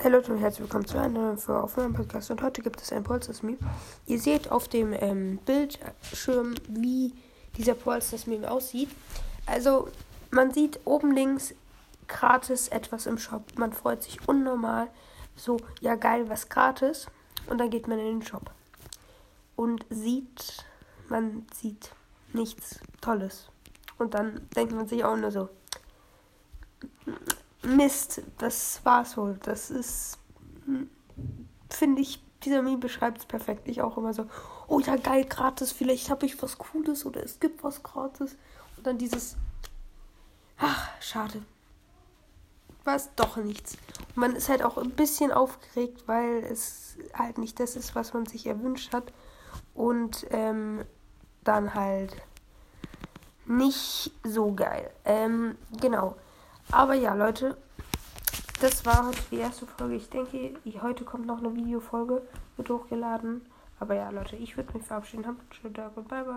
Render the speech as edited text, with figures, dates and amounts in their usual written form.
Hallo Leute und herzlich willkommen zu einer neuen Folge auf meinem Podcast. Und heute gibt es ein Polsters-Meme. Ihr seht auf dem Bildschirm, wie dieser Polsters-Meme aussieht. Also, man sieht oben links gratis etwas im Shop. Man freut sich unnormal. So, ja geil, was gratis. Und dann geht man in den Shop. Und man sieht nichts Tolles. Und dann denkt man sich auch nur so, Mist, das war's wohl. Das ist, finde ich, dieser Meme beschreibt es perfekt. Ich auch immer so, oh ja, geil, gratis, vielleicht habe ich was Cooles oder es gibt was gratis. Und dann dieses, ach, schade. War es doch nichts. Und man ist halt auch ein bisschen aufgeregt, weil es halt nicht das ist, was man sich erwünscht hat. Und dann halt nicht so geil. Genau. Aber ja, Leute, das war heute die erste Folge. Ich denke, heute kommt noch eine Videofolge, wird hochgeladen. Aber ja, Leute, ich würde mich verabschieden. Habt einen schönen Tag und bye bye.